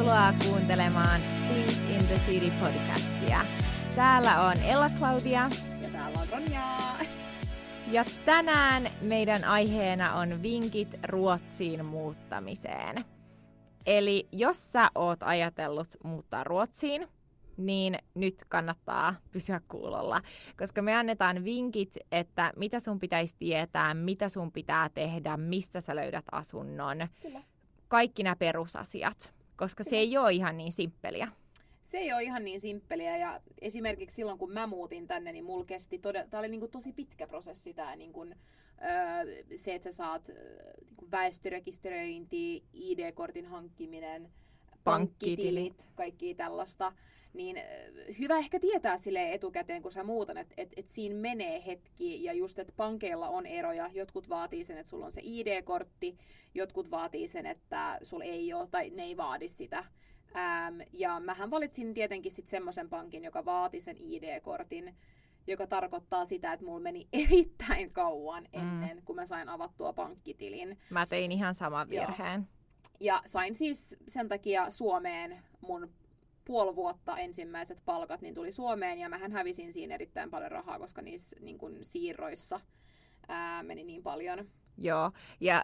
Tervetuloa kuuntelemaan Things in the City podcastia. Täällä on Ella-Claudia. Ja täällä on Ronja. Ja tänään meidän aiheena on vinkit Ruotsiin muuttamiseen. Eli jos sä oot ajatellut muuttaa Ruotsiin, niin nyt kannattaa pysyä kuulolla, koska me annetaan vinkit, että mitä sun pitäisi tietää, mitä sun pitää tehdä, mistä sä löydät asunnon. Kyllä. Kaikki nämä perusasiat, koska Kyllä. se ei ole ihan niin simppeliä. Se ei ole ihan niin simppeliä, ja esimerkiksi silloin kun mä muutin tänne, niin mulla kesti tää oli niinku tosi pitkä prosessi tää niinku, se, että sä saat niinku väestörekisteröinti, ID-kortin hankkiminen, pankkitilit, kaikki tällaista. Niin hyvä ehkä tietää sille etukäteen, kun sä muutan, että et siinä menee hetki, ja just, että pankeilla on eroja. Jotkut vaatii sen, että sulla on se ID-kortti, jotkut vaatii sen, että sulla ei ole, tai ne ei vaadi sitä. Ja mähän valitsin tietenkin sitten semmoisen pankin, joka vaati sen ID-kortin, joka tarkoittaa sitä, että mulla meni erittäin kauan ennen, kuin mä sain avattua pankkitilin. Mä tein ihan saman virheen. Joo. Ja sain siis sen takia Suomeen mun puoli vuotta ensimmäiset palkat, niin tuli Suomeen, ja mähän hävisin siinä erittäin paljon rahaa, koska niissä niin kun siirroissa meni niin paljon. Joo, ja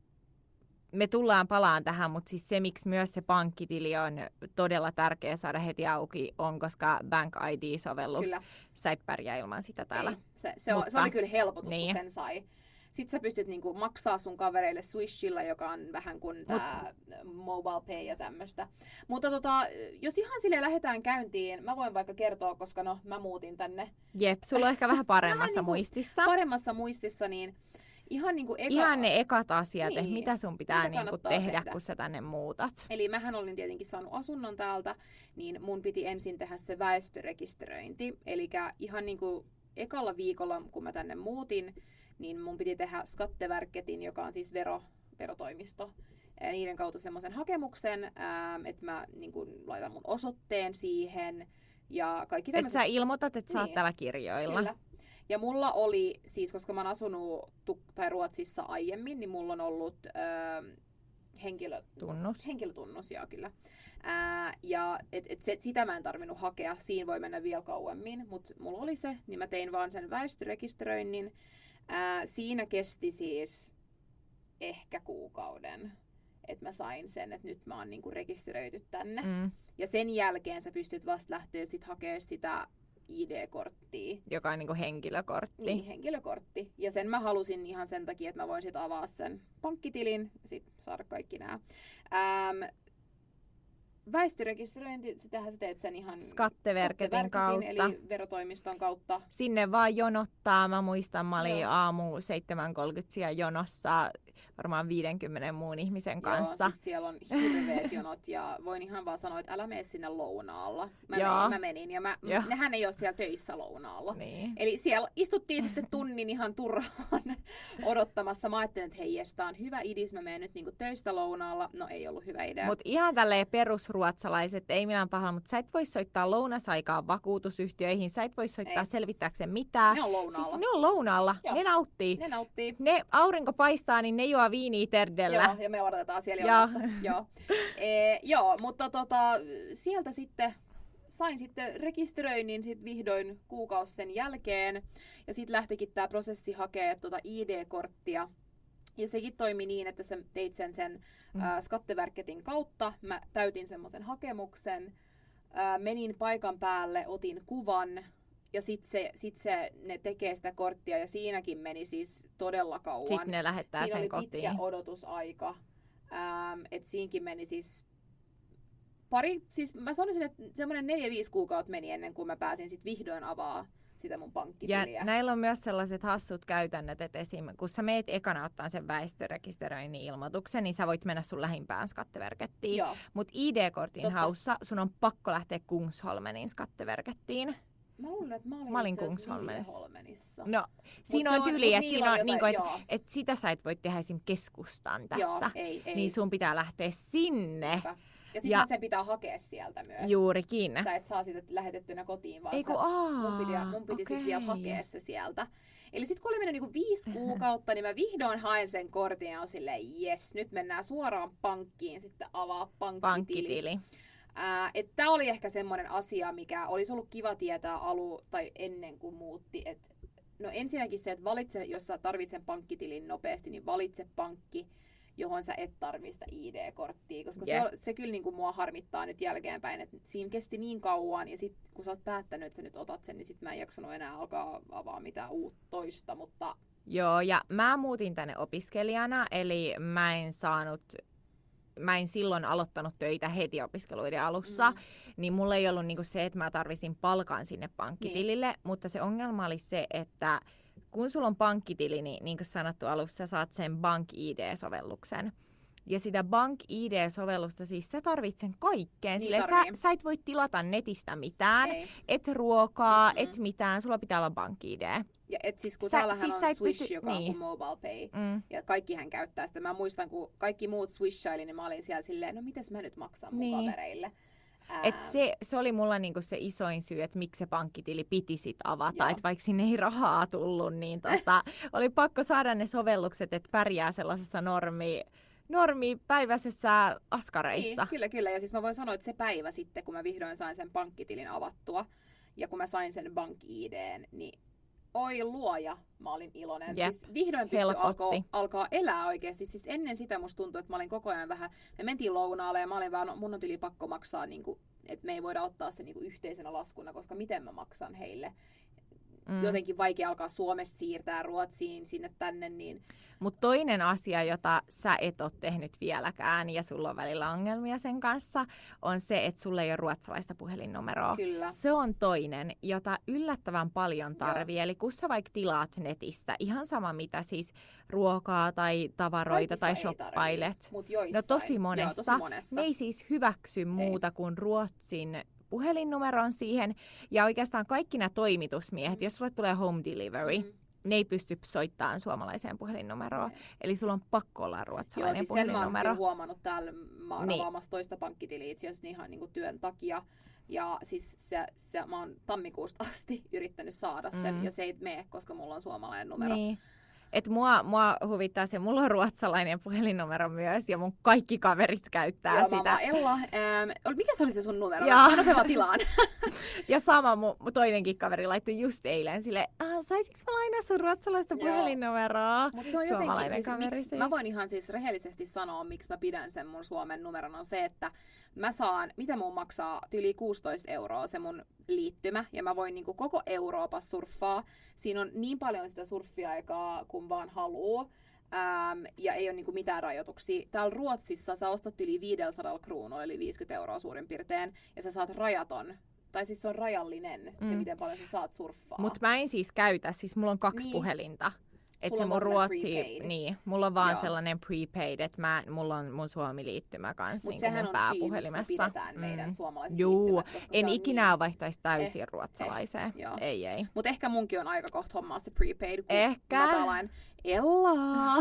me tullaan palaan tähän, mutta siis se, miksi myös se pankkitili on todella tärkeä saada heti auki, on koska Bank ID-sovellus, Kyllä. Sä et pärjää ilman sitä täällä. Ei. Se oli kyllä helpotus, niin. kun sen sai. Sitten sä pystyt niinku maksaa sun kavereille Swishilla, joka on vähän kuin tää mobile pay ja tämmöstä. Mutta jos ihan silleen lähdetään käyntiin, mä voin vaikka kertoa, koska mä muutin tänne. Jep, sulla on ehkä vähän paremmassa muistissa. Paremmassa muistissa, niin ihan niinku ihan ne ekat asiat, niin, mitä sun pitää niinku tehdä, kun sä tänne muutat. Eli mähän olin tietenkin saanut asunnon täältä, niin mun piti ensin tehdä se väestörekisteröinti. Eli ihan niinku ekalla viikolla, kun mä tänne muutin, niin mun piti tehdä Skatteverketin, joka on siis verotoimisto. Ja niiden kautta semmoisen hakemuksen, että mä niin kun laitan mun osoitteen siihen. Ja kaikki tämmöiset. Että sä ilmoitat, että sä oot täällä kirjoilla. Kyllä. Ja mulla oli, siis koska mä oon asunut Ruotsissa aiemmin, niin mulla on ollut henkilötunnus, joo kyllä. Ja sitä mä en tarvinnut hakea, siinä voi mennä vielä kauemmin, mutta mulla oli se, niin mä tein vaan sen väestörekisteröinnin. Siinä kesti siis ehkä kuukauden, että mä sain sen, että nyt mä oon niinku rekisteröity tänne. Ja sen jälkeen sä pystyt vasta lähteä sit hakemaan sitä ID-korttia. Joka on niinku henkilökortti. Niin, henkilökortti. Ja sen mä halusin ihan sen takia, että mä voin sit avaa sen pankkitilin ja sit saada kaikki nää. Väestörekisteröinti, sitähän sä teet sen ihan Skatteverketin kautta. Eli verotoimiston kautta. Sinne vaan jonottaa. Mä muistan, mä olin aamu 7.30 siellä jonossa varmaan 50 muun ihmisen kanssa. Joo, siis siellä on hirveät jonot ja voin ihan vaan sanoa, että älä mene sinne lounaalla. Mä menin ja nehän ei ole siellä töissä lounaalla. Niin. Eli siellä istuttiin sitten tunnin ihan turhaan odottamassa. Mä ajattelin, että hei, tää on hyvä idis, mä menen nyt niinku töistä lounaalla. No ei ollut hyvä idea. Mut ihan tälleen perusruotsalaiset, ei millään pahalla, mutta sä et voi soittaa lounasaikaan vakuutusyhtiöihin, sä et voi soittaa selvittääkseen mitään. Ne on lounaalla. Siis ne on lounaalla, ne nauttii. Ne aurinko paistaa, niin ne juo viiniä terdellä. Joo, ja me odotetaan siellä jonossa. Joo, mutta sieltä sitten sain sitten rekisteröinnin sit vihdoin kuukausi sen jälkeen. Ja sitten lähtikin tämä prosessi hakea ID-korttia. Ja sekin toimi niin, että sä teit sen Skatteverketin kautta. Mä täytin semmoisen hakemuksen, menin paikan päälle, otin kuvan. Ja sit ne tekee sitä korttia, ja siinäkin meni siis todella kauan. Sitten ne lähettää siinä sen oli kotiin. Pitkä odotusaika. Et siinäkin meni siis mä sanoisin, että semmoinen 4-5 kuukautta meni ennen kuin mä pääsin sit vihdoin avaa sitä mun pankkitiliä. Ja näillä on myös sellaiset hassut käytännöt, että esim. Kun sä meet ekana ottaa sen väestörekisteröinnin ilmoituksen, niin sä voit mennä sun lähimpään Skatteverkettiin. Mutta ID-kortin haussa sun on pakko lähteä Kungsholmenin Skatteverkettiin. Mä luulen, että mä olin Kungsholmenissa. No, siinä on tyyli, että siinä on niinku, et sitä sä et voi tehdä esim. Keskustan tässä. Joo, ei. Niin sun pitää lähteä sinne. Ja sitten sen pitää hakea sieltä myös. Juurikin. Sä et saa sitä lähetettynä kotiin, vaan mun piti sitten vielä hakea se sieltä. Eli sitten kun oli mennyt niinku 5 kuukautta, niin mä vihdoin haen sen kortin ja on silleen, jes, nyt mennään suoraan pankkiin sitten avaa pankkitili. Tämä oli ehkä semmoinen asia, mikä olisi ollut kiva tietää tai ennen kuin muutti. No ensinnäkin se, että valitse, jos sä tarvitset pankkitilin nopeasti, niin valitse pankki, johon sä et tarvitse sitä ID-korttia. Koska se kyllä niin kuin mua harmittaa nyt jälkeenpäin, että siinä kesti niin kauan. Ja sitten kun sä oot päättänyt, että sä nyt otat sen, niin sit mä en jaksanut enää alkaa avaa mitään uutta toista. Mutta... Joo, ja mä muutin tänne opiskelijana, eli mä en silloin aloittanut töitä heti opiskeluiden alussa, niin mulla ei ollut niinku se, että mä tarvisin palkan sinne pankkitilille, mutta se ongelma oli se, että kun sulla on pankkitili, niin kuin sanottu alussa, sä saat sen Bank ID-sovelluksen. Ja sitä Bank ID-sovellusta, siis sä tarvitset sen kaikkeen. Niin sä et voi tilata netistä mitään, et ruokaa, et mitään, sulla pitää olla Bank ID. Ja siis kun täällähän on Swish, joka on Mobile Pay, ja kaikkihan käyttää sitä. Mä muistan, kun kaikki muut Swishaili, niin mä olin siellä silleen, no mites mä nyt maksan mun kavereille. Et se oli mulla niinku se isoin syy, että miksi se pankkitili piti sit avata. Että vaikka sinne ei rahaa tullut, niin oli pakko saada ne sovellukset, että pärjää sellaisessa normipäiväisessä askareissa. Niin, kyllä. Ja siis mä voin sanoa, että se päivä sitten, kun mä vihdoin sain sen pankkitilin avattua, ja kun mä sain sen Bank ID:n, niin oi luoja, mä olin iloinen. Siis vihdoin pystyi alkaa elää oikeasti. Siis ennen sitä musta tuntui, että mä olin koko ajan vähän, me mentiin lounaalle ja mä olin vaan, mun on yli pakko maksaa, niin kuin, että me ei voida ottaa se niin kuin yhteisenä laskuna, koska miten mä maksan heille. Jotenkin vaikea alkaa Suomessa siirtää Ruotsiin sinne tänne. Niin... Mutta toinen asia, jota sä et ole tehnyt vieläkään ja sulla on välillä ongelmia sen kanssa, on se, että sulla ei ole ruotsalaista puhelinnumeroa. Kyllä. Se on toinen, jota yllättävän paljon tarvii. Eli kun sä vaikka tilaat netistä, ihan sama mitä siis ruokaa tai tavaroita tai shoppailet. No tosi monessa. Ne ei siis hyväksy muuta kuin Ruotsin puhelinnumeron siihen. Ja oikeastaan kaikki nämä toimitusmiehet, jos sulle tulee home delivery, ne ei pysty soittamaan suomalaiseen puhelinnumeroon. Eli sulla on pakko olla ruotsalainen puhelinnumero. Sen mä oon huomannut täällä, mä oon avaamassa toista pankkitiliä itse asiassa ihan niin kuin työn takia. Ja siis mä oon tammikuusta asti yrittänyt saada sen, ja se ei mene, koska mulla on suomalainen numero. Niin. Et mua huvittaa se, mulla on ruotsalainen puhelinnumero myös ja mun kaikki kaverit käyttää sitä. Mä Ella. Mikä se oli se sun numero? Mä nopeaa tilaan. Ja sama mun toinenkin kaveri laittoi just eilen sille, saisinko mä lainaa sun ruotsalaista puhelinnumeroa? Mutta se on jotenkin, siis. Mä voin ihan siis rehellisesti sanoa, miksi mä pidän sen mun Suomen numeron, on se, että mä saan, mitä mun maksaa, yli 16 € se mun liittymä, ja mä voin niinku koko Euroopassa surffaa. Siinä on niin paljon sitä surffiaikaa, kun vaan haluu, ja ei ole niinku mitään rajoituksia. Täällä Ruotsissa sä ostat yli 500 kruunoilla, eli 50 € suurin piirtein, ja sä saat rajaton. Tai siis se on rajallinen, se miten paljon sä saat surffaa. Mut mä en siis käytä, siis mulla on 2 puhelinta. Että se mun Ruotsi, mulla on vaan sellainen prepaid, että mulla on mun Suomi-liittymä kanssa niin mun pääpuhelimessa. Mutta sehän on syy, miksi me pidetään meidän liittymät. En ikinä vaihtaisi täysin ruotsalaiseen. Ei. Mutta ehkä munkin on aika kohta hommaa se prepaid, kun ehkä. mä pelaan Ellaa.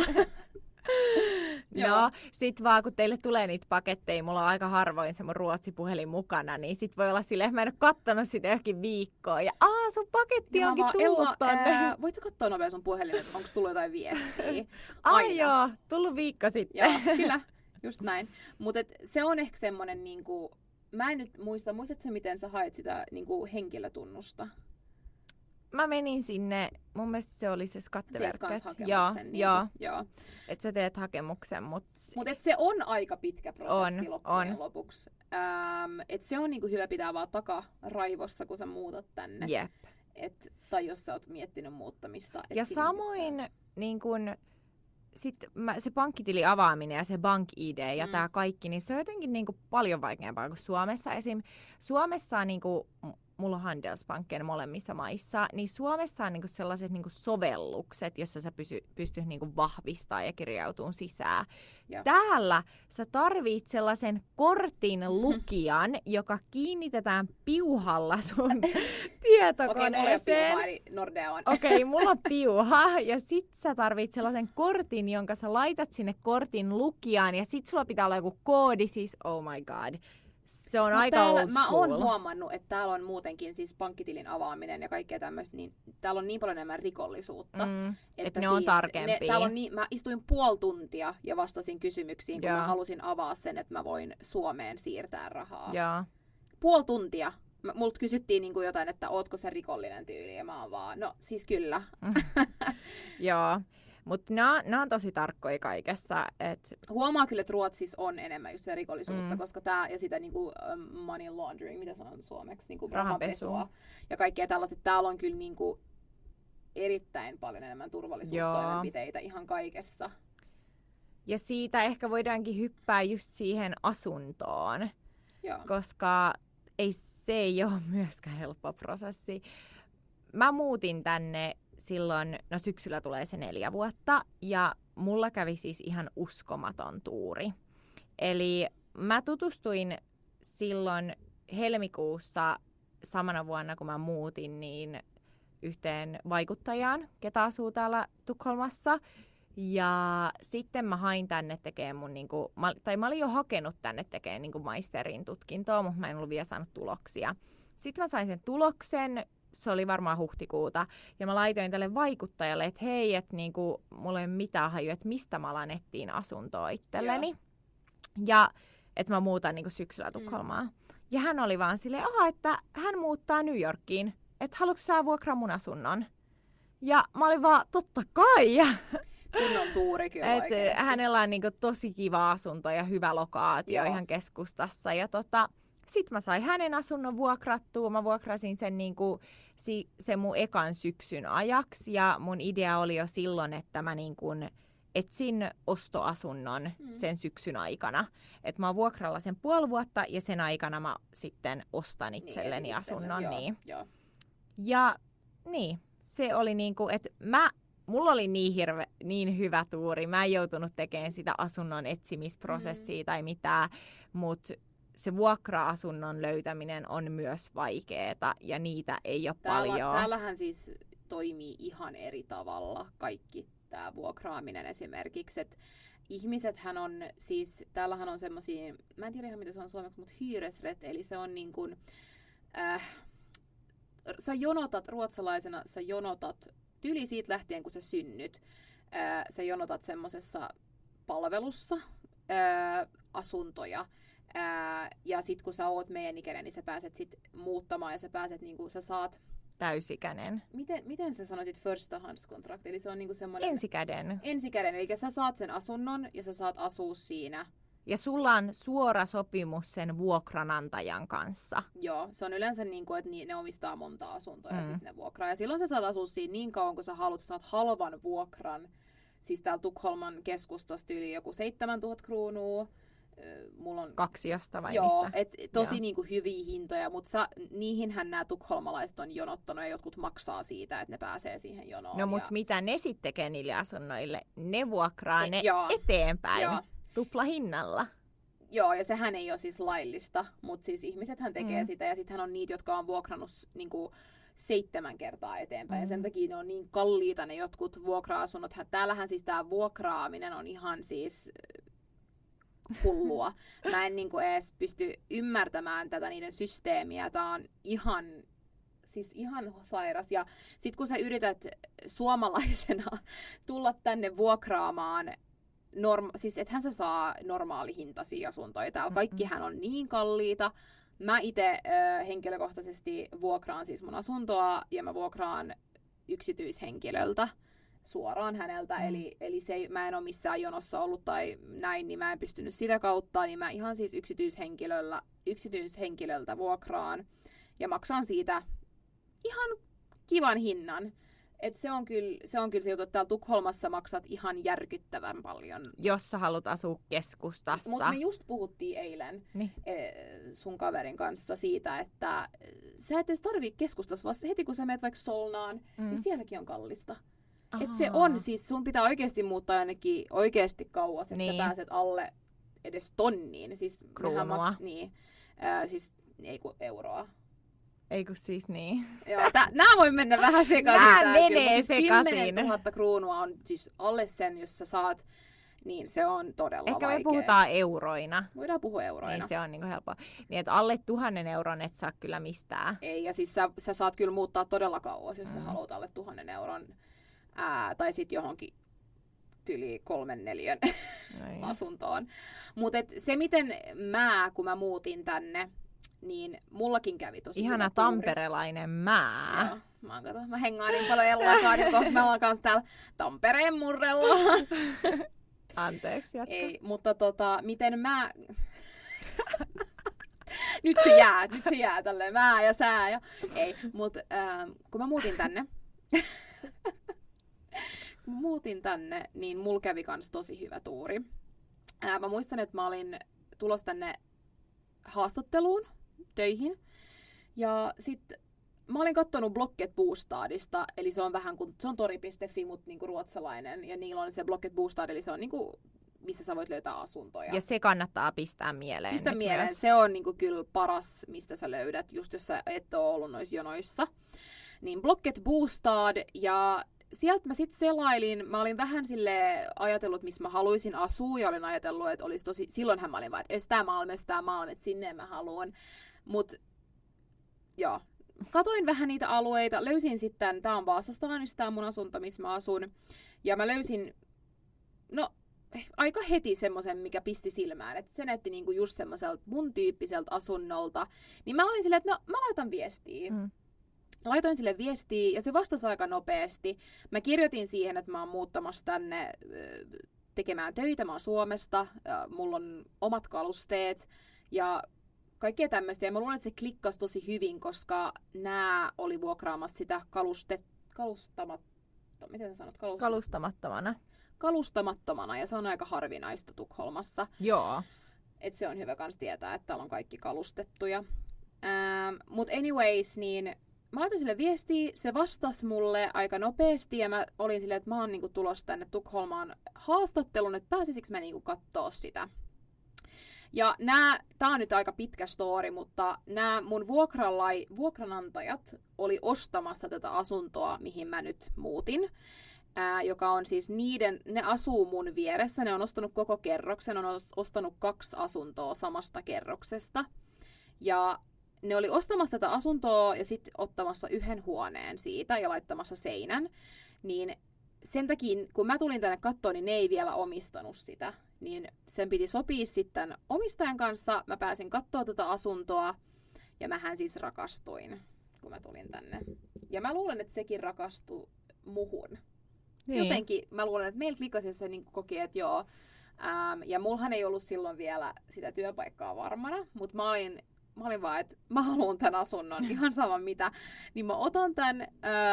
No, sit vaan kun teille tulee niitä paketteja, mulla on aika harvoin se mun Ruotsi-puhelin mukana, niin sit voi olla silleen, mä en ole kattonut sitä johonkin viikkoon. Ja sun paketti onkin tullut tonne. Voitko katsoa nopea sun puhelin, että onko tullut jotain viestiä? Joo, tullut viikko sitten. Joo, kyllä, just näin. Mutta se on ehkä semmonen niinku, mä en nyt muistatko miten sä haet sitä niinku henkilötunnusta? Mä menin sinne, mun mielestä se oli se skatteverket. Joo. Että sä teet hakemuksen, mutta se on aika pitkä prosessi loppujen lopuksi. Et se on niinku hyvä pitää vaan takaraivossa, kun sä muutat tänne. Jep. Tai jos sä oot miettinyt muuttamista. Ja samoin niin kun, se pankkitili avaaminen ja se Bank ID ja tää kaikki, niin se on jotenkin niinku paljon vaikeampaa kuin Suomessa. Esim. Suomessa niinku mulla on Handelsbanken molemmissa maissa, niin Suomessa on niinku sellaiset niinku sovellukset, jossa sä pystyt niinku vahvistamaan ja kirjautumaan sisään. Joo. Täällä sä tarvit sellaisen kortin lukijan, joka kiinnitetään piuhalla sun tietokoneeseen. Okei, mulla on piuha, eli Nordea on. Okei, mulla on piuha, ja sit sä tarvit sellaisen kortin, jonka sä laitat sinne kortin lukijaan, ja sit sulla pitää olla joku koodi, siis oh my god. Se on aika old school. Mä oon huomannut, että täällä on muutenkin siis pankkitilin avaaminen ja kaikkea tämmöistä, niin täällä on niin paljon enemmän rikollisuutta. Että ne on tarkempia. Mä istuin 0,5 tuntia ja vastasin kysymyksiin, kun mä halusin avaa sen, että mä voin Suomeen siirtää rahaa. Joo. 0,5 tuntia. Multa kysyttiin niin kuin jotain, että ootko sä rikollinen tyyli, ja mä oon vaan, no siis kyllä. Joo. Mutta nämä on tosi tarkkoja kaikessa. Huomaa kyllä, että Ruotsissa on enemmän just rikollisuutta, koska tää ja sitä niinku money laundering, mitä se on suomeksi, niinku rahanpesua ja kaikkea tällaista. Täällä on kyllä niinku erittäin paljon enemmän turvallisuustoimenpiteitä ihan kaikessa. Ja siitä ehkä voidaankin hyppää just siihen asuntoon, koska se ei ole myöskään helppo prosessi. Mä muutin tänne silloin, syksyllä tulee se 4 vuotta, ja mulla kävi siis ihan uskomaton tuuri. Eli mä tutustuin silloin helmikuussa samana vuonna, kun mä muutin, niin yhteen vaikuttajaan, ketä asuu täällä Tukholmassa. Ja sitten mä hain tänne tekemään mun, mä olin jo hakenut tänne tekemään maisterin tutkintoa, mutta mä en ollut vielä saanut tuloksia. Sitten mä sain sen tuloksen. Se oli varmaan huhtikuuta. Ja mä laitoin tälle vaikuttajalle, että hei, että mulla ei ole mitään hajua, että mistä mä alan etsiä asuntoa itselleni. Ja että mä muutan syksyllä Tukholmaan. Ja hän oli vaan silleen, että hän muuttaa New Yorkiin. Että haluatko sä vuokraa mun asunnon? Ja mä olin vaan, totta kai! Kunnon tuuri kyllä oikeasti. Hänellä on tosi kiva asunto ja hyvä lokaatio ihan keskustassa. Ja sitten mä sain hänen asunnon vuokrattua. Mä vuokrasin sen sen mun ekan syksyn ajaksi. Ja mun idea oli jo silloin, että mä etsin ostoasunnon sen syksyn aikana. Että mä oon vuokralla sen 5 vuotta ja sen aikana mä sitten ostan itselleni asunnon. Joo. Ja niin, se oli että mulla oli niin hyvä tuuri. Mä en joutunut tekemään sitä asunnon etsimisprosessia tai mitään, mutta se vuokra-asunnon löytäminen on myös vaikeeta ja niitä ei ole paljon. Täällähän siis toimii ihan eri tavalla kaikki tämä vuokraaminen esimerkiksi. Et ihmisethän on siis, täällähän on semmosia, mä en tiedä ihan mitä se on suomeksi, mutta hyresrätt, eli se on niin kuin, sä ruotsalaisena tyyli siitä lähtien, kun sä synnyt, sä jonotat semmosessa palvelussa asuntoja. Ja sit kun sä oot meidän ikäinen, niin sä pääset sit muuttamaan ja sä pääset sä saat täysikäinen. Miten sä sanoisit förstahandskontrakt? Eli se on semmoinen Ensikäden, eli sä saat sen asunnon ja sä saat asua siinä. Ja sulla on suora sopimus sen vuokranantajan kanssa. Joo, se on yleensä että ne omistaa monta asuntoa ja sitten ne vuokraa. Ja silloin sä saat asua siinä niin kauan, kun sä haluat. Sä saat halvan vuokran. Siis täällä Tukholman keskustasta yli joku 7,000 kruunua. Mulla on 2 vai mistä? Tosi hyviä hintoja, mutta niihinhän nämä tukholmalaiset on jonottanut ja jotkut maksaa siitä, että ne pääsee siihen jonoon. No mutta mitä ne sitten tekee niille asunnoille? Ne vuokraa ne eteenpäin tuplahinnalla. Joo, ja sehän ei ole siis laillista, mutta siis ihmisethän tekee sitä ja sittenhän on niitä, jotka on vuokrannut 7 kertaa eteenpäin. Ja sen takia ne on niin kalliita ne jotkut vuokra-asunnot. Täällähän siis tämä vuokraaminen on ihan siis hullua. Mä en edes pysty ymmärtämään tätä niiden systeemiä. Tää on ihan sairas. Ja sit kun sä yrität suomalaisena tulla tänne vuokraamaan, siis ethän sä saa normaalihintaisia asuntoja. Täällä kaikkihan on niin kalliita. Mä itse henkilökohtaisesti vuokraan siis mun asuntoa ja mä vuokraan yksityishenkilöltä suoraan häneltä, eli mä en ole missään jonossa ollut tai näin, niin mä en pystynyt sitä kautta, niin mä ihan siis yksityishenkilöltä vuokraan ja maksan siitä ihan kivan hinnan. Et se on kyllä se juttu, että täällä Tukholmassa maksat ihan järkyttävän paljon. Jos sä haluat asua keskustassa. Mutta me just puhuttiin eilen Niin. sun kaverin kanssa siitä, että sä et edes tarvii keskustassa, vaan heti kun sä menet vaikka Solnaan, niin sielläkin on kallista. Et se on siis, sun pitää oikeasti muuttaa jonnekin oikeasti kauas, että Niin. sä pääset alle edes tonniin. Siis Kruunua. Niin, siis ei kun euroa. Ei kun siis niin. Joo, nää voi mennä vähän sekaisin. Nää menee siis sekaisin. 10 000 kruunua on siis alle sen, jos sä saat, niin se on todella Ehkä vaikea. me puhutaan euroina. Voidaan puhua euroina. Niin se on niinku helppoa. Niin että alle 1000 euron et saa kyllä mistään. Ei, ja siis sä saat kyllä muuttaa todella kauas, jos sä haluat alle 1000 euron. Tai sit johonkin yli 3-4 asuntoon. Mutta se miten kun mä muutin tänne, niin mullakin kävi tosi ihana hyvä tuuri. tamperelainen mä. Joo, mä hengaan niin paljon Ellakaan, kun mä oon kanssa täällä Tampereen murrella. Anteeksi, jatka. Ei, mutta miten mä... nyt se jää tälleen mä ja sää ja... Ei, mutta kun mä muutin tänne, niin mulla kävi kans tosi hyvä tuuri. Mä muistan, että mä olin tulossa tänne haastatteluun, töihin. Ja sit mä olin kattonut Blocket Bostadista, eli se on vähän kuin, se on tori.fi, mutta niinku ruotsalainen. Ja niillä on se Blocket Bostad, eli se on niinku, missä sä voit löytää asuntoja. Ja se kannattaa pistää mieleen. Pistä mieleen, myös. Se on niinku kyllä paras, mistä sä löydät, just jos sä et ole ollut noissa jonoissa. Niin Blocket Bostad, ja sieltä mä sit selailin, mä olin vähän ajatellut, missä mä haluaisin asua, ja olin ajatellut, että olisi tosi, silloinhan mä olin vaan, että estää Malmet, sinne mä haluan. Mut joo, katoin vähän niitä alueita, löysin sitten, tää on Vaasastaan, tää on mun asunto, missä mä asun. Ja mä löysin, aika heti semmosen, mikä pisti silmään. Että se näytti niinku just semmoiselta mun tyyppiseltä asunnolta. Niin mä olin silleen, että mä laitan viestiä. Laitoin sille viestiä ja se vastasi aika nopeasti. Mä kirjoitin siihen, että mä oon muuttamassa tänne tekemään töitä. Mä oon Suomesta, mulla on omat kalusteet ja kaikkea tämmöistä. Ja mä luulen, että se klikkasi tosi hyvin, koska nää oli vuokraamassa sitä kalustamattomana. Ja se on aika harvinaista Tukholmassa. Joo. Et se on hyvä kans tietää, että täällä on kaikki kalustettuja. Mut anyways, niin mä laitoin sille viestiä, se vastasi mulle aika nopeasti ja mä olin silleen, että mä oon niinku tulossa tänne Tukholmaan haastattelun, että pääsisikö mä niinku kattoo sitä. Ja tää on nyt aika pitkä story, mutta nämä mun vuokranantajat oli ostamassa tätä asuntoa, mihin mä nyt muutin. Joka on siis ne asuu mun vieressä, ne on ostanut koko kerroksen, on ostanut 2 asuntoa samasta kerroksesta. Ja ne oli ostamassa tätä asuntoa ja sitten ottamassa 1 huoneen siitä ja laittamassa seinän. Niin sen takia, kun mä tulin tänne kattoon, niin ne ei vielä omistanut sitä. Niin sen piti sopia sitten omistajan kanssa. Mä pääsin katsoa tätä asuntoa ja mähän siis rakastuin, kun mä tulin tänne. Ja mä luulen, että sekin rakastui muhun. Niin. Jotenkin mä luulen, että meillä klikasi se niin koki, että joo. Ja mullahan ei ollut silloin vielä sitä työpaikkaa varmana, mutta mä olin vaan, että mä haluan tän asunnon, ihan sama mitä. Niin mä otan tän,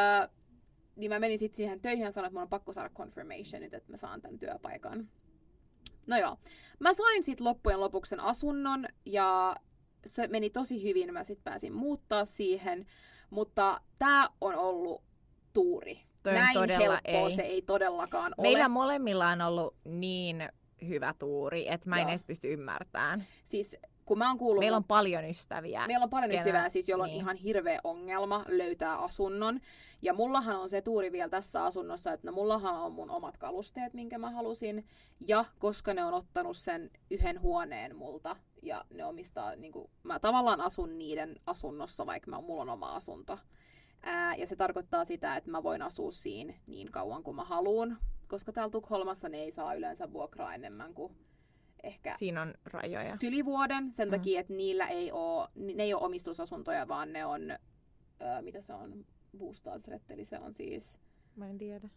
niin mä menin sitten siihen töihin ja sanoin, että mun on pakko saada confirmation nyt, että mä saan tän työpaikan. No joo, mä sain sitten loppujen lopuksi sen asunnon ja se meni tosi hyvin, mä sitten pääsin muuttaa siihen, mutta tää on ollut tuuri. Näin helppoa se ei todellakaan ole. Meillä molemmilla on ollut niin hyvä tuuri, että mä en edes pysty ymmärtämään. Siis kun mä oon kuullut... Meillä on paljon ystäviä. Meillä on paljon ystäviä, siis joilla on ihan hirveä ongelma löytää asunnon. Ja mullahan on se tuuri vielä tässä asunnossa, että mullahan on mun omat kalusteet, minkä mä halusin. Ja koska ne on ottanut sen 1 huoneen multa ja ne omistaa, niin kuin, mä tavallaan asun niiden asunnossa, vaikka mulla on oma asunto. Ja se tarkoittaa sitä, että mä voin asua siinä niin kauan kuin mä haluun. Koska täällä Tukholmassa ne ei saa yleensä vuokraa enemmän kuin ehkä siinä on rajoja. Yli vuoden, sen takia, että ne ei ole omistusasuntoja, vaan ne on, mitä se on, bostadsrätt, eli se on siis... Mä en tiedä.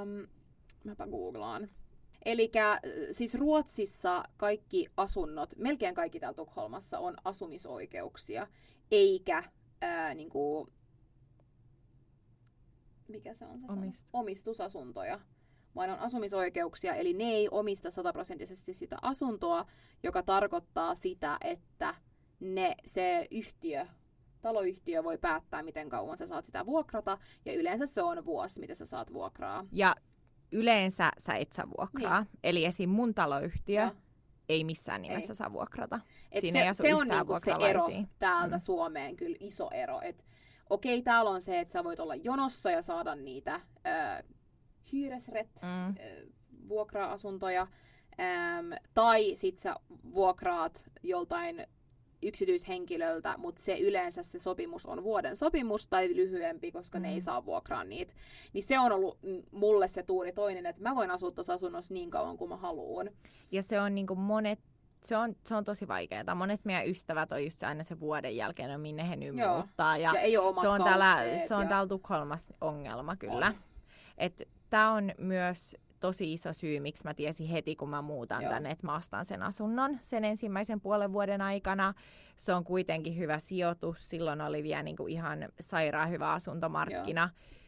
Mäpä googlaan. Elikkä siis Ruotsissa kaikki asunnot, melkein kaikki täällä Tukholmassa on asumisoikeuksia, eikä niinku... mikä se on se sana? Omistusasuntoja, vaan on asumisoikeuksia, eli ne ei omista 100% sitä asuntoa, joka tarkoittaa sitä, että se taloyhtiö voi päättää, miten kauan sä saat sitä vuokrata, ja yleensä se on vuosi, mitä sä saat vuokraa. Ja yleensä sä et saa vuokraa. Niin. Eli esim. Mun taloyhtiö ei missään nimessä saa vuokrata. Se on niinku se ero täältä Suomeen, kyllä iso ero. Okei, täällä on se, että sä voit olla jonossa ja saada niitä vuokra-asuntoja, tai sit sä vuokraat joltain yksityishenkilöltä, mutta yleensä se sopimus on vuoden sopimus tai lyhyempi, koska ne ei saa vuokraa niitä. Niin se on ollut mulle se tuuri toinen, että mä voin asua tuossa asunnossa niin kauan kuin mä haluan. Ja se on niinku se on tosi vaikeaa. Monet meidän ystävät on just aina se vuoden jälkeen, minne he nyt muuttaa. Ja ei ole omat se on täällä Tukholmassa ongelma kyllä. Tää on myös tosi iso syy, miksi mä tiesin heti, kun mä muutan tänne, että mä ostan sen asunnon sen ensimmäisen puolen vuoden aikana. Se on kuitenkin hyvä sijoitus. Silloin oli vielä niinku ihan sairaan hyvä asuntomarkkina.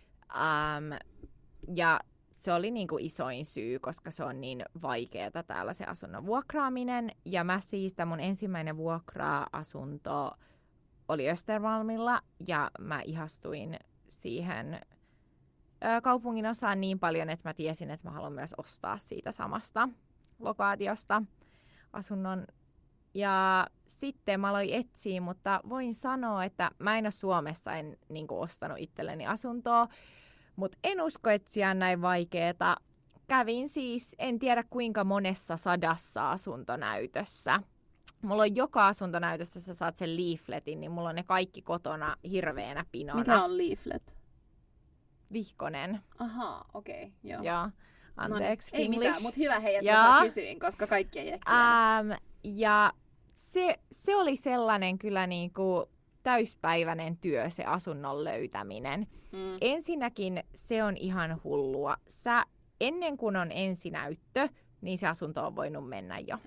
Ja se oli niinku isoin syy, koska se on niin vaikeaa täällä se asunnon vuokraaminen. Ja mä siis, mun ensimmäinen vuokra-asunto oli Östermalmilla ja mä ihastuin siihen kaupungin osaan niin paljon, että mä tiesin, että mä haluan myös ostaa siitä samasta lokaatiosta asunnon. Ja sitten mä aloin etsiä, mutta voin sanoa, että mä en ole Suomessa ostanut itselleni asuntoa, mutta en usko, että siellä on näin vaikeeta. Kävin siis, en tiedä kuinka monessa 100 asuntonäytössä. Mulla on joka asuntonäytössä, sä saat sen leafletin, niin mulla on ne kaikki kotona hirveänä pinona. Mikä on leaflet? Vihkonen. Ahaa, okei, joo. Ja, anteeksi, ei mitään, mutta hyvä hei, että mä kysyin, koska kaikki ei ehkä ja se oli sellainen kyllä niinku täyspäiväinen työ, se asunnon löytäminen. Ensinnäkin se on ihan hullua. Ennen kuin on ensinäyttö, niin se asunto on voinut mennä jo.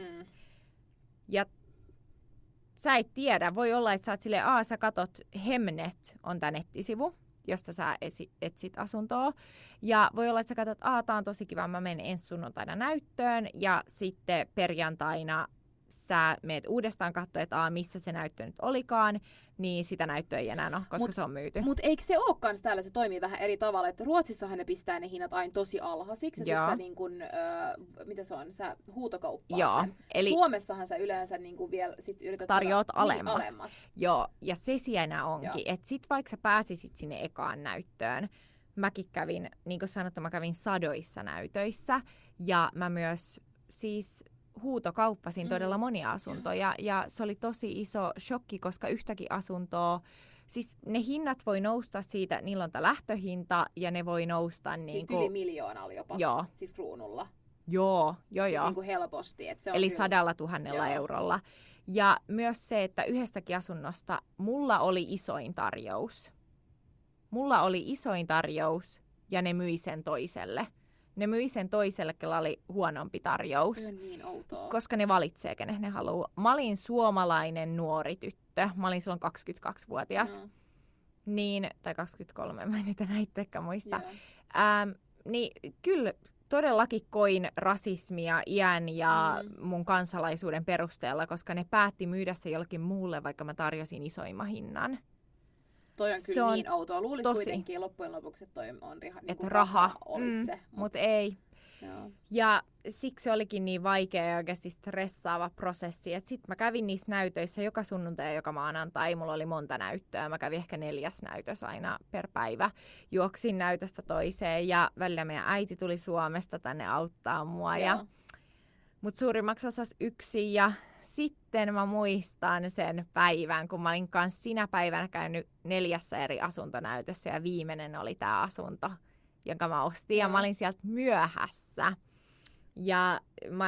Ja sä et tiedä, voi olla, että sä oot silleen, sä katot Hemnet on tää nettisivu, josta sä etsit asuntoa. Ja voi olla, että sä katsot, tää on tosi kiva, mä menen ensi sunnuntaina näyttöön. Ja sitten perjantaina sä meet uudestaan katsoa, että missä se näyttö nyt olikaan, niin sitä näyttöä ei enää ole, koska se on myyty. Mutta eikö se olekaan täällä, se toimii vähän eri tavalla, että Ruotsissahan ne pistää ne hinnat aina tosi alhaisiksi, ja sit sä niin kun, mitä se on, sä huutokauppaat sen. Eli Suomessahan sä yleensä niin kun vielä sit yrität tarjoat alemmas. Joo, ja se siinä onkin, että sit vaikka sä pääsisit sinne ekaan näyttöön, mäkin kävin, niin kuin sanottu, mä kävin sadoissa näytöissä, ja mä myös siis huutokauppasin todella monia asuntoja, ja se oli tosi iso shokki, koska yhtäkin asuntoa, siis ne hinnat voi nousta siitä, niillä on tämä lähtöhinta, ja ne voi nousta siis yli 1 miljoonalla jopa, siis kruunulla. Joo. Niin kuin helposti. Että se on eli 100 000 eurolla. Ja myös se, että yhdestäkin asunnosta mulla oli isoin tarjous. Ja ne myi sen toiselle. Ne myi sen toiselle, kellä oli huonompi tarjous. Niin outoa. Koska ne valitsee, kenen ne haluaa. Mä olin suomalainen nuori tyttö. Mä olin silloin 22-vuotias. Tai 23, mä en niitä näittekään muista. Niin kyllä todellakin koin rasismia iän ja mun kansalaisuuden perusteella, koska ne päätti myydä se jollekin muulle, vaikka mä tarjosin isoimman hinnan. Toi on kyllä niin outoa. Luulisi kuitenkin loppujen lopuksi, että toi on että raha olisi se. Mutta ei. Joo. Ja siksi olikin niin vaikea ja oikeasti stressaava prosessi. Sitten mä kävin niissä näytöissä joka sunnuntai ja joka maanantai. Mulla oli monta näyttöä. Mä kävin ehkä 4 näytös aina per päivä. Juoksin näytöstä toiseen ja välillä meidän äiti tuli Suomesta tänne auttaa mua. Mutta suurimmaksi osasi yksin ja sitten mä muistan sen päivän, kun mä olin kanssa sinä päivänä käynyt 4 eri asuntonäytössä ja viimeinen oli tää asunto, jonka mä ostin. Ja mä olin sieltä myöhässä. Ja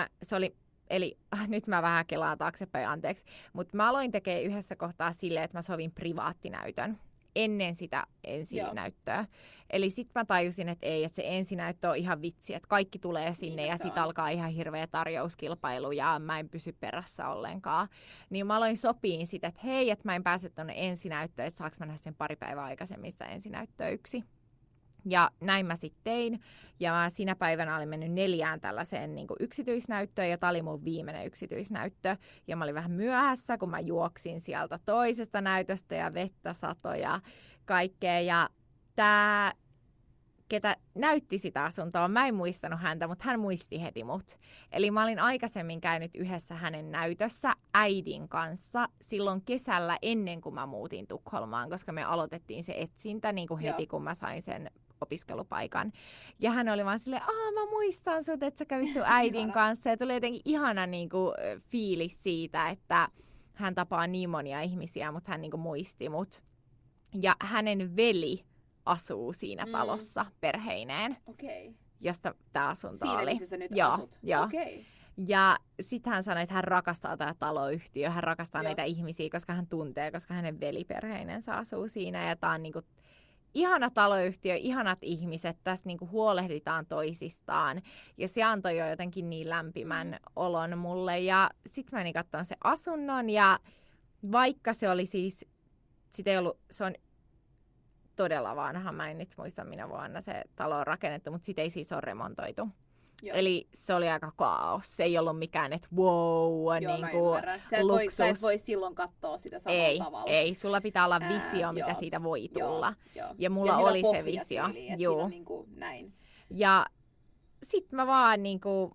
nyt mä vähän kelaan taaksepäin, anteeksi. Mutta mä aloin tekemään yhdessä kohtaa silleen, että mä sovin privaattinäytön ennen sitä ensinäyttöä. Eli sit mä tajusin, että että se ensinäyttö on ihan vitsi, että kaikki tulee sinne ja sit alkaa ihan hirveä tarjouskilpailu ja mä en pysy perässä ollenkaan. Niin mä aloin sopiin sitä, että hei, että mä en pääse tonne ensinäyttöön, että saaks mä nähdä sen pari päivää aikaisemmin sitä ensinäyttöä yksi. Ja näin mä sitten tein. Ja mä sinä päivänä olin mennyt 4 tällaiseen niin kuin yksityisnäyttöön, ja tää oli mun viimeinen yksityisnäyttö. Ja mä olin vähän myöhässä, kun mä juoksin sieltä toisesta näytöstä, ja vettä satoi ja kaikkea. Ja tää, ketä näytti sitä asuntoa, mä en muistanut häntä, mutta hän muisti heti mut. Eli mä olin aikaisemmin käynyt yhdessä hänen näytössä äidin kanssa silloin kesällä ennen kuin mä muutin Tukholmaan, koska me aloitettiin se etsintä niin kuin heti, kun mä sain sen opiskelupaikan. Ja hän oli vaan silleen, mä muistan sut, että sä kävit sun äidin kanssa. Ja tuli jotenkin ihana niin kuin, fiilis siitä, että hän tapaa niin monia ihmisiä, mutta hän niin kuin, muisti mut. Ja hänen veli asuu siinä talossa perheineen, josta tämä asunto siinä, oli. Siinä, missä sä nyt asut? Joo. Ja sitten hän sanoi, että hän rakastaa tätä taloyhtiöä, hän rakastaa näitä ihmisiä, koska hän tuntee, koska hänen veliperheinensä asuu siinä. Ja tämä on niinku ihana taloyhtiö, ihanat ihmiset, tässä niinku huolehditaan toisistaan. Ja se antoi jo jotenkin niin lämpimän olon mulle. Ja sitten mä menin katsomaan se asunnon, ja vaikka se oli siis, sitä ei ollut, se on todella vanha, mä en nyt muista minä vuonna se talo on rakennettu, mutta sitä ei siis ole remontoitu. Joo. Eli se oli aika kaos. Se ei ollut mikään, että wow, joo, niinku luksus. Sä et voi silloin katsoa sitä samalla tavalla. Ei, sulla pitää olla visio, mitä siitä voi tulla. Joo. Ja mulla oli se visio. Joo. Niinku näin. Ja sit mä vaan niinku,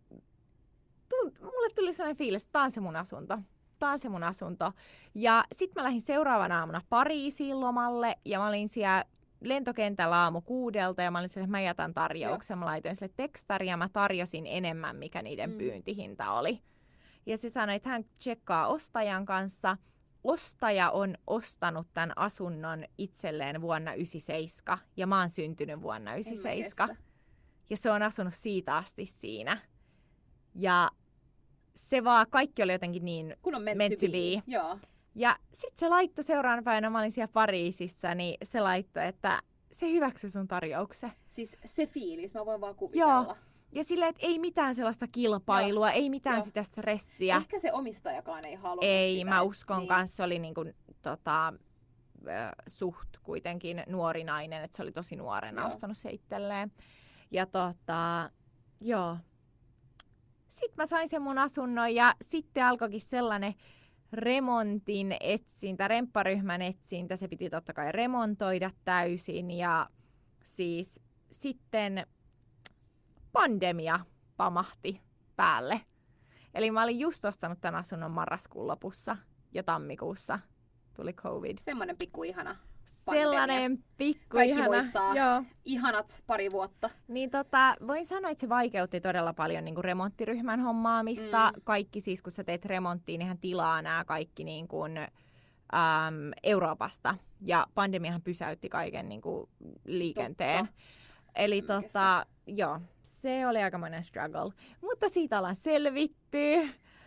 mulle tuli sellainen fiilis, että tää on se mun asunto. Tää on se mun asunto. Ja sit mä lähdin seuraavana aamuna Pariisiin lomalle, ja mä olin siellä lentokentällä aamu 6, ja mä olin sille, että mä jätän tarjouksen. Mä laitoin sille tekstaria, ja mä tarjosin enemmän, mikä niiden pyyntihinta oli. Ja se sanoi, että hän tsekkaa ostajan kanssa. Ostaja on ostanut tämän asunnon itselleen vuonna 1997, ja mä oon syntynyt vuonna 1997. Ja se on asunut siitä asti siinä. Ja se vaan, kaikki oli jotenkin niin kun on meant to be. Joo. Ja sit se laittoi seuraavana päivänä, mä olin siellä Pariisissa, niin se laittoi, että se hyväksyi sun tarjouksen. Siis se fiilis, mä voin vaan kuvitella. Joo. Ja silleen, että ei mitään sellaista kilpailua, ei mitään sitä stressiä. Ehkä se omistajakaan ei halunnut ei, sitä. Mä uskon kanssa, se oli niinku, suht kuitenkin nuori nainen, että se oli tosi nuorena ostanut se itselleen. Ja joo. Sitten mä sain sen mun asunnon, ja sitten alkoikin sellainen remontin etsintä, rempparyhmän etsintä. Se piti totta kai remontoida täysin, ja siis sitten pandemia pamahti päälle. Eli mä olin just ostanut tämän asunnon marraskuun lopussa ja tammikuussa tuli COVID. Semmoinen pikkuihana pandemia. Sellainen pikkuihana. Kaikki muistaa. Joo. Ihanat pari vuotta. Niin voin sanoa, että se vaikeutti todella paljon niin kuin remonttiryhmän hommaamista. Kaikki siis, kun sä teet remonttia, niin hän tilaa nämä kaikki niin kuin, Euroopasta. Ja pandemiahan pysäytti kaiken niin kuin liikenteen. Totta. Eli joo, se oli aikamoinen struggle. Mutta siitä ollaan selvitty.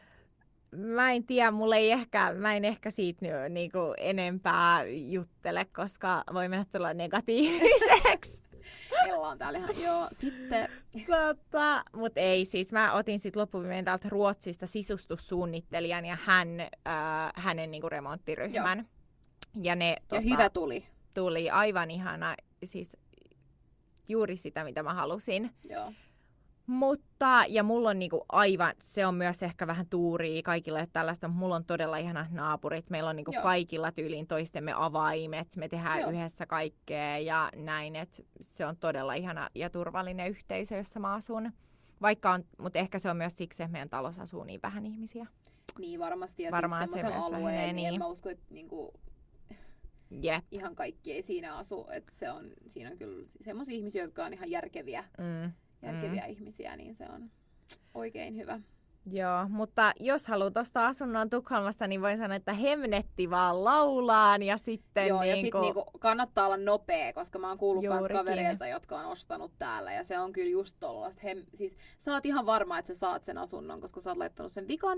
Mä en tiedä, mä en ehkä siitä niinku enempää juttele, koska voi mennä tulla negatiiviseksi. Ella on täällä ihan, joo. Sitten. Mut ei, siis mä otin sit loppuviimein täältä Ruotsista sisustussuunnittelijan ja hänen niinku remonttiryhmän. Joo. Ja hyvä tuli. Tuli aivan ihana, siis juuri sitä, mitä mä halusin. Joo. Mutta, ja mulla on niinku aivan, se on myös ehkä vähän tuuria kaikilla, että tällaista, mutta mulla on todella ihanat naapurit. Meillä on niinku kaikilla tyyliin toistemme avaimet, me tehdään yhdessä kaikkea ja näin, että se on todella ihana ja turvallinen yhteisö, jossa mä asun. Mutta ehkä se on myös siksi, että meidän talossa asuu niin vähän ihmisiä. Niin varmasti, ja varmaan siis semmoisella alueella, niin mä uskon, että niinku ihan kaikki ei siinä asu, että siinä on kyllä semmoisia ihmisiä, jotka on ihan järkeviä ihmisiä, niin se on oikein hyvä. Joo, mutta jos haluat ostaa asunnon Tukholmasta, niin voin sanoa, että hemnetti vaan laulaan ja sitten joo, ja sitten kannattaa olla nopea, koska mä oon kuullut myös kavereilta, jotka on ostanut täällä, ja se on kyllä just tollaista. Siis sä oot ihan varma, että sä saat sen asunnon, koska sä oot laittanut sen vikan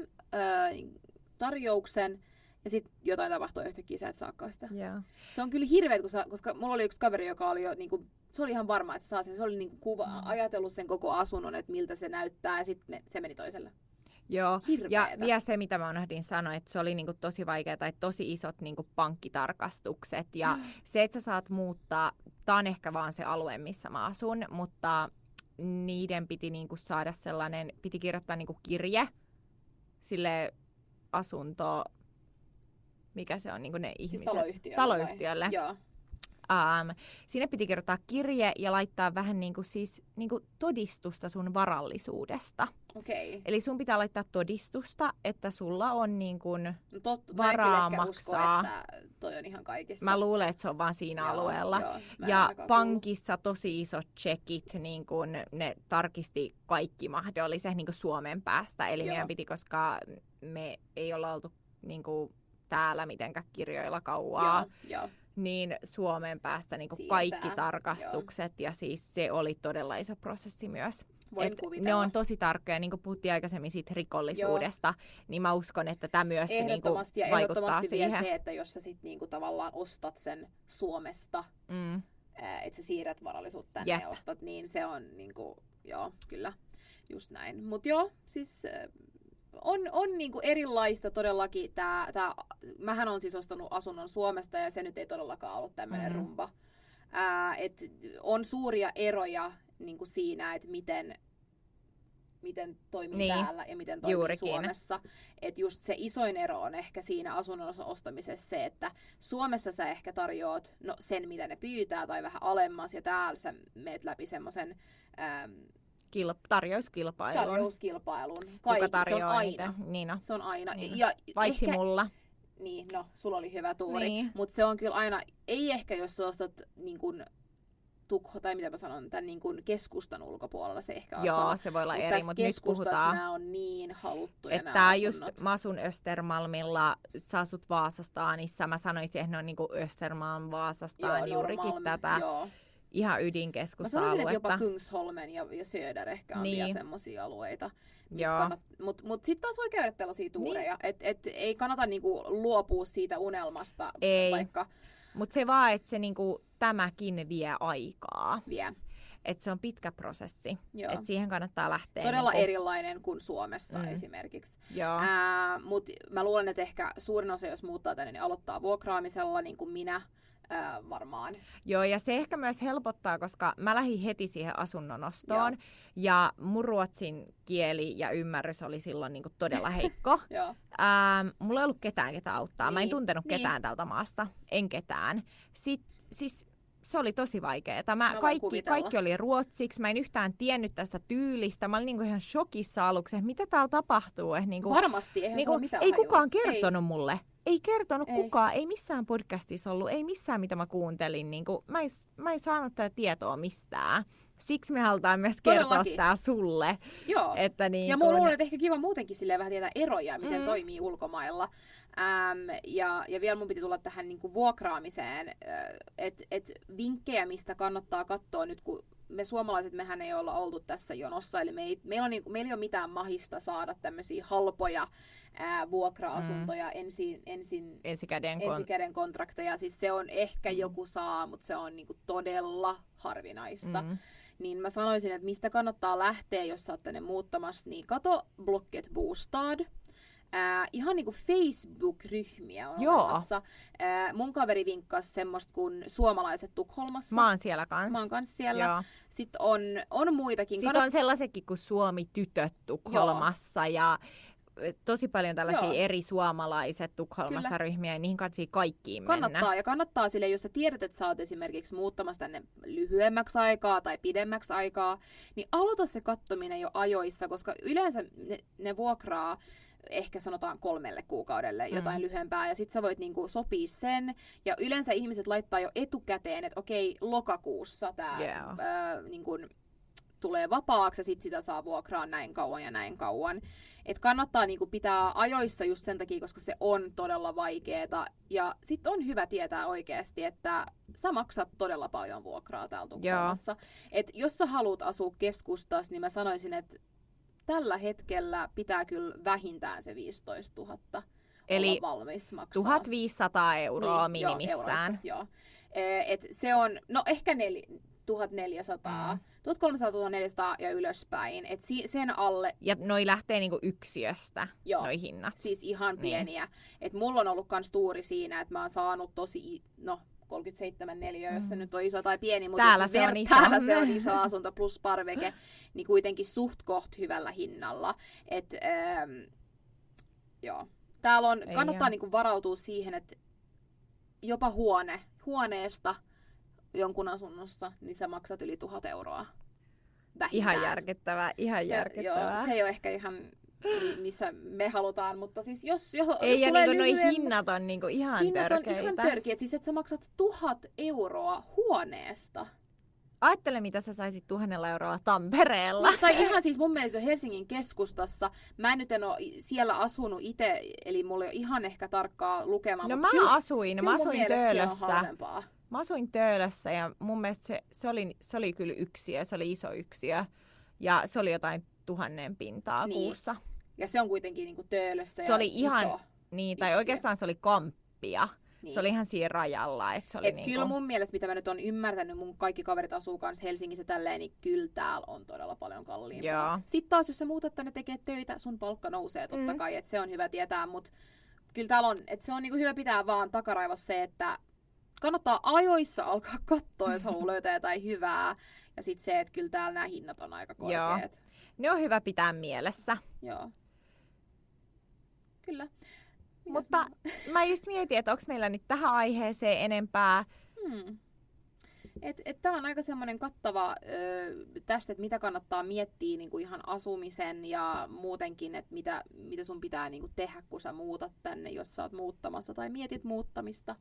tarjouksen, ja sitten jotain tapahtuu yhtäkkiä, sä et saakaan sitä. Yeah. Se on kyllä hirveet, koska mulla oli yksi kaveri, joka oli jo niinku, se oli ihan varma, että se saa sen. Se oli niinku ajatellut sen koko asunnon, että miltä se näyttää, ja sitten se meni toiselle. Joo, Hirveetä. ja vielä se, mitä mä unohdin sanoa, että se oli niinku tosi vaikeaa, tai tosi isot niinku pankkitarkastukset. Ja se, että sä saat muuttaa, tää on ehkä vaan se alue, missä mä asun, mutta niiden piti niinku saada sellainen, piti kirjoittaa niinku kirje sille asunto, mikä se on, niinku ne ihmiset. Taloyhtiölle. Joo. Sinne piti kirjoittaa kirje ja laittaa vähän niinku todistusta sun varallisuudesta. Okei. Eli sun pitää laittaa todistusta, että sulla on niinku varaa maksaa. Usko, että toi on ihan kaikissa. Mä luulen, että se on vaan siinä alueella. Ja pankissa tosi isot checkit, niin kun ne tarkisti kaikki mahdolliset niin kun Suomen päästä. Eli meidän piti, koska me ei olla oltu niin kun täällä mitenkään kirjoilla kauaa. Joo. Niin Suomen päästä niin kaikki tarkastukset, ja siis se oli todella iso prosessi myös. Ne on tosi tarkkoja, niin kuin puhuttiin aikaisemmin siitä rikollisuudesta, niin mä uskon, että tämä myös ehdottomasti, niin vaikuttaa ehdottomasti siihen. Vielä se, että jos sä sit niinku tavallaan ostat sen Suomesta, että sä siirrät varallisuutta tänne ja ostat, niin se on niinku, joo, kyllä, just näin. Mut joo, siis on niinku erilaista todellakin mähän on siis ostanut asunnon Suomesta ja se nyt ei todellakaan ollut tämmöinen rumba. Et on suuria eroja niinku siinä, että miten toimii täällä ja miten toimii Suomessa. Et just se isoin ero on ehkä siinä asunnon ostamisessa se, että Suomessa sä ehkä tarjoat sen, mitä ne pyytää tai vähän alemmas ja täällä sä meet läpi semmoisen tarjouskilpailun. Kuka tarjoaa se on aina. Niin Se on aina. Niin. Ja paitsi mulla. Niin, no, sulla oli hyvä tuuri. Niin. Mutta se on kyllä aina, ei ehkä jos sä ostat niin kun, tai mitä mä sanon, tämän niin kun keskustan ulkopuolella se ehkä on. Joo, se voi olla eri, mutta nyt puhutaan. Nämä on niin haluttuja että nämä just mä asun Östermalmilla, sä asut Vaasastaanissa, mä sanoisin, että ne on niinku Östermalm, Vaasastaan, juurikin tätä. Joo. Ihan ydinkeskusta-aluetta. Mä sanoisin, että jopa Kungsholmen ja Söder ehkä on vielä semmosia alueita. Mut sitten taas voi käydä tällaisia tuureja. Niin. Et ei kannata niinku luopua siitä unelmasta. Ei. Vaikka Mutta se vaan, että se niinku, tämäkin vie aikaa. Vie. Että se on pitkä prosessi. Että siihen kannattaa lähteä. Todella erilainen kuin Suomessa esimerkiksi. Mutta mä luulen, että ehkä suurin osa, jos muuttaa tänne, niin aloittaa vuokraamisella, niin kuin minä. Varmaan. Joo, ja se ehkä myös helpottaa, koska mä lähdin heti siihen asunnon ostoon, ja mun ruotsin kieli ja ymmärrys oli silloin niinku todella heikko. Mulla ei ollut ketään, ketä auttaa. Mä en tuntenut ketään tältä maasta, en ketään. Siis se oli tosi vaikeaa. Kaikki oli ruotsiksi. Mä en yhtään tiennyt tästä tyylistä. Mä olin niinku ihan shokissa aluksi, että mitä täällä tapahtuu. Niinku, varmasti, eihän se ole mitään ei kukaan kertonut mulle. Ei kertonut kukaan, ei missään podcastissa ollut, ei missään mitä mä kuuntelin. Niinku, mä en saanut tätä tietoa mistään. Siksi me halutaan myös kertoa tää sulle. Joo, että niin ja mulla on ehkä kiva muutenkin silleen vähän tietää eroja, miten toimii ulkomailla. Ja vielä mun piti tulla tähän niinku vuokraamiseen, että vinkkejä, mistä kannattaa katsoa nyt, kun me suomalaiset, mehän ei olla oltu tässä jonossa, eli meillä ei ole mitään mahista saada tämmöisiä halpoja vuokra-asuntoja, ensikäden kontrakteja. Siis se on ehkä joku saa, mutta se on niinku todella harvinaista. Niin mä sanoisin, että mistä kannattaa lähteä, jos sä oot tänne muuttamassa, niin kato Blocket Bostad. Ihan niinku Facebook-ryhmiä on olemassa. Mun kaveri vinkkasi semmoista kuin Suomalaiset Tukholmassa. Mä oon siellä kanssa. Mä oon kanssa siellä. Joo. Sitten on muitakin. Sitten on sellaisetkin kuin Suomi-tytöt Tukholmassa ja tosi paljon tällaisia eri suomalaiset Tukholmassa ryhmiä, ja niihin kannattaa kaikkiin mennä. Kannattaa sille, jos sä tiedät, että sä oot esimerkiksi muuttamassa tänne lyhyemmäksi aikaa tai pidemmäksi aikaa, niin aloita se kattominen jo ajoissa, koska yleensä ne vuokraa ehkä sanotaan 3 kuukaudelle jotain lyhyempää, ja sit sä voit niinku sopia sen, ja yleensä ihmiset laittaa jo etukäteen, että okei, lokakuussa tää niinku tulee vapaaksi, ja sit sitä saa vuokraa näin kauan ja näin kauan. Et kannattaa niinku pitää ajoissa just sen takia, koska se on todella vaikeeta. Ja sit on hyvä tietää oikeasti, että sä maksat todella paljon vuokraa täällä Tukholmassa. Et jos sä haluat asua keskustassa, niin mä sanoisin, että tällä hetkellä pitää kyllä vähintään se 15 000 eli olla valmis maksaa. 1500 € minimissään. Joo. Et se on, no ehkä 1400. 1300-1400 ja ylöspäin. Et sen alle... Ja noi lähtee niinku yksiöstä, Joo, noi hinnat. siis ihan pieniä. Et mulla on ollut kans tuuri siinä, että mä oon saanut 37 neliöä, jos se nyt on iso tai pieni, mutta täällä se on iso. Täällä se on iso asunto plus parveke, niin kuitenkin suht koht hyvällä hinnalla. Et, joo. Täällä on, kannattaa niinku varautua siihen, että jopa huoneesta jonkun asunnossa, niin sä maksat yli 1 000 euroa. Vähintään. Ihan järkettävää. Joo, se ei ole ehkä ihan missä me halutaan, mutta siis jos ei, ja tulee niinku noi hinnat on niinku ihan törkeitä. Hinnat on ihan törkeitä, siis että sä maksat 1 000 euroa huoneesta. Ajattele, mitä sä saisit 1 000 eurolla Tampereella. No, tai ihan siis mun mielestä Helsingin keskustassa. Mä nyt en ole siellä asunut itse, eli mulla ei ole ihan ehkä tarkkaa lukemaan. No mä asuin Töölössä. Mä asuin Töölössä ja mun mielestä se oli kyllä yksiö, se oli iso yksiö. Ja se oli jotain 1000 pintaa kuussa. Ja se on kuitenkin niinku Töölössä se oli ihan, iso niin, tai oikeastaan se oli kamppia. Niin. Se oli ihan siinä rajalla. Se oli kyllä mun mielestä, mitä mä nyt on ymmärtänyt, mun kaikki kaverit asuu kanssa Helsingissä tälleen, niin kyllä täällä on todella paljon kalliimpaa. Joo. Sitten taas, jos sä muutat tänne tekee töitä, sun palkka nousee totta kai, että se on hyvä tietää, mutta kyllä täällä on, että se on niinku hyvä pitää vaan takaraivassa se, että kannattaa ajoissa alkaa katsoa, jos haluaa löytää jotain hyvää. Ja sitten se, että kyllä täällä nämä hinnat on aika korkeat. Joo. Ne on hyvä pitää mielessä. Joo. Kyllä. Mutta mä just mietin, että onko meillä nyt tähän aiheeseen enempää. Tämä on aika semmoinen kattava tästä, että mitä kannattaa miettiä niin kuin ihan asumisen ja muutenkin, että mitä sun pitää niin kuin tehdä, kun sä muutat tänne, jos sä oot muuttamassa tai mietit muuttamista.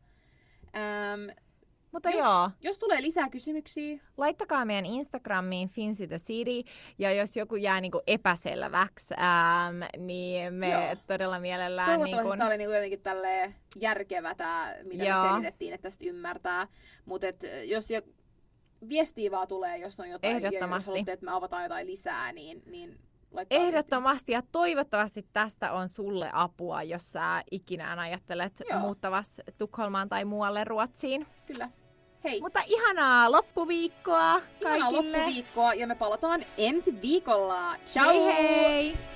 Mutta jos tulee lisää kysymyksiä, laittakaa meidän Instagramiin Finsi the City, ja jos joku jää niinku epäselväksi, niin me todella mielellään... Toivottavasti tämä oli niinku jotenkin tälleen järkevä tämä, mitä me selitettiin, että tästä ymmärtää. Mutta jos viestiä vaan tulee, jos on jotain, ja jos haluatte, että me avataan jotain lisää, niin ehdottomasti, ja toivottavasti tästä on sulle apua, jos sä ikinä ajattelet muuttavas Tukholmaan tai muualle Ruotsiin. Kyllä. Hei. Mutta ihanaa loppuviikkoa kaikille. Ihanaa loppuviikkoa, ja me palataan ensi viikolla. Ciao! Hei hei!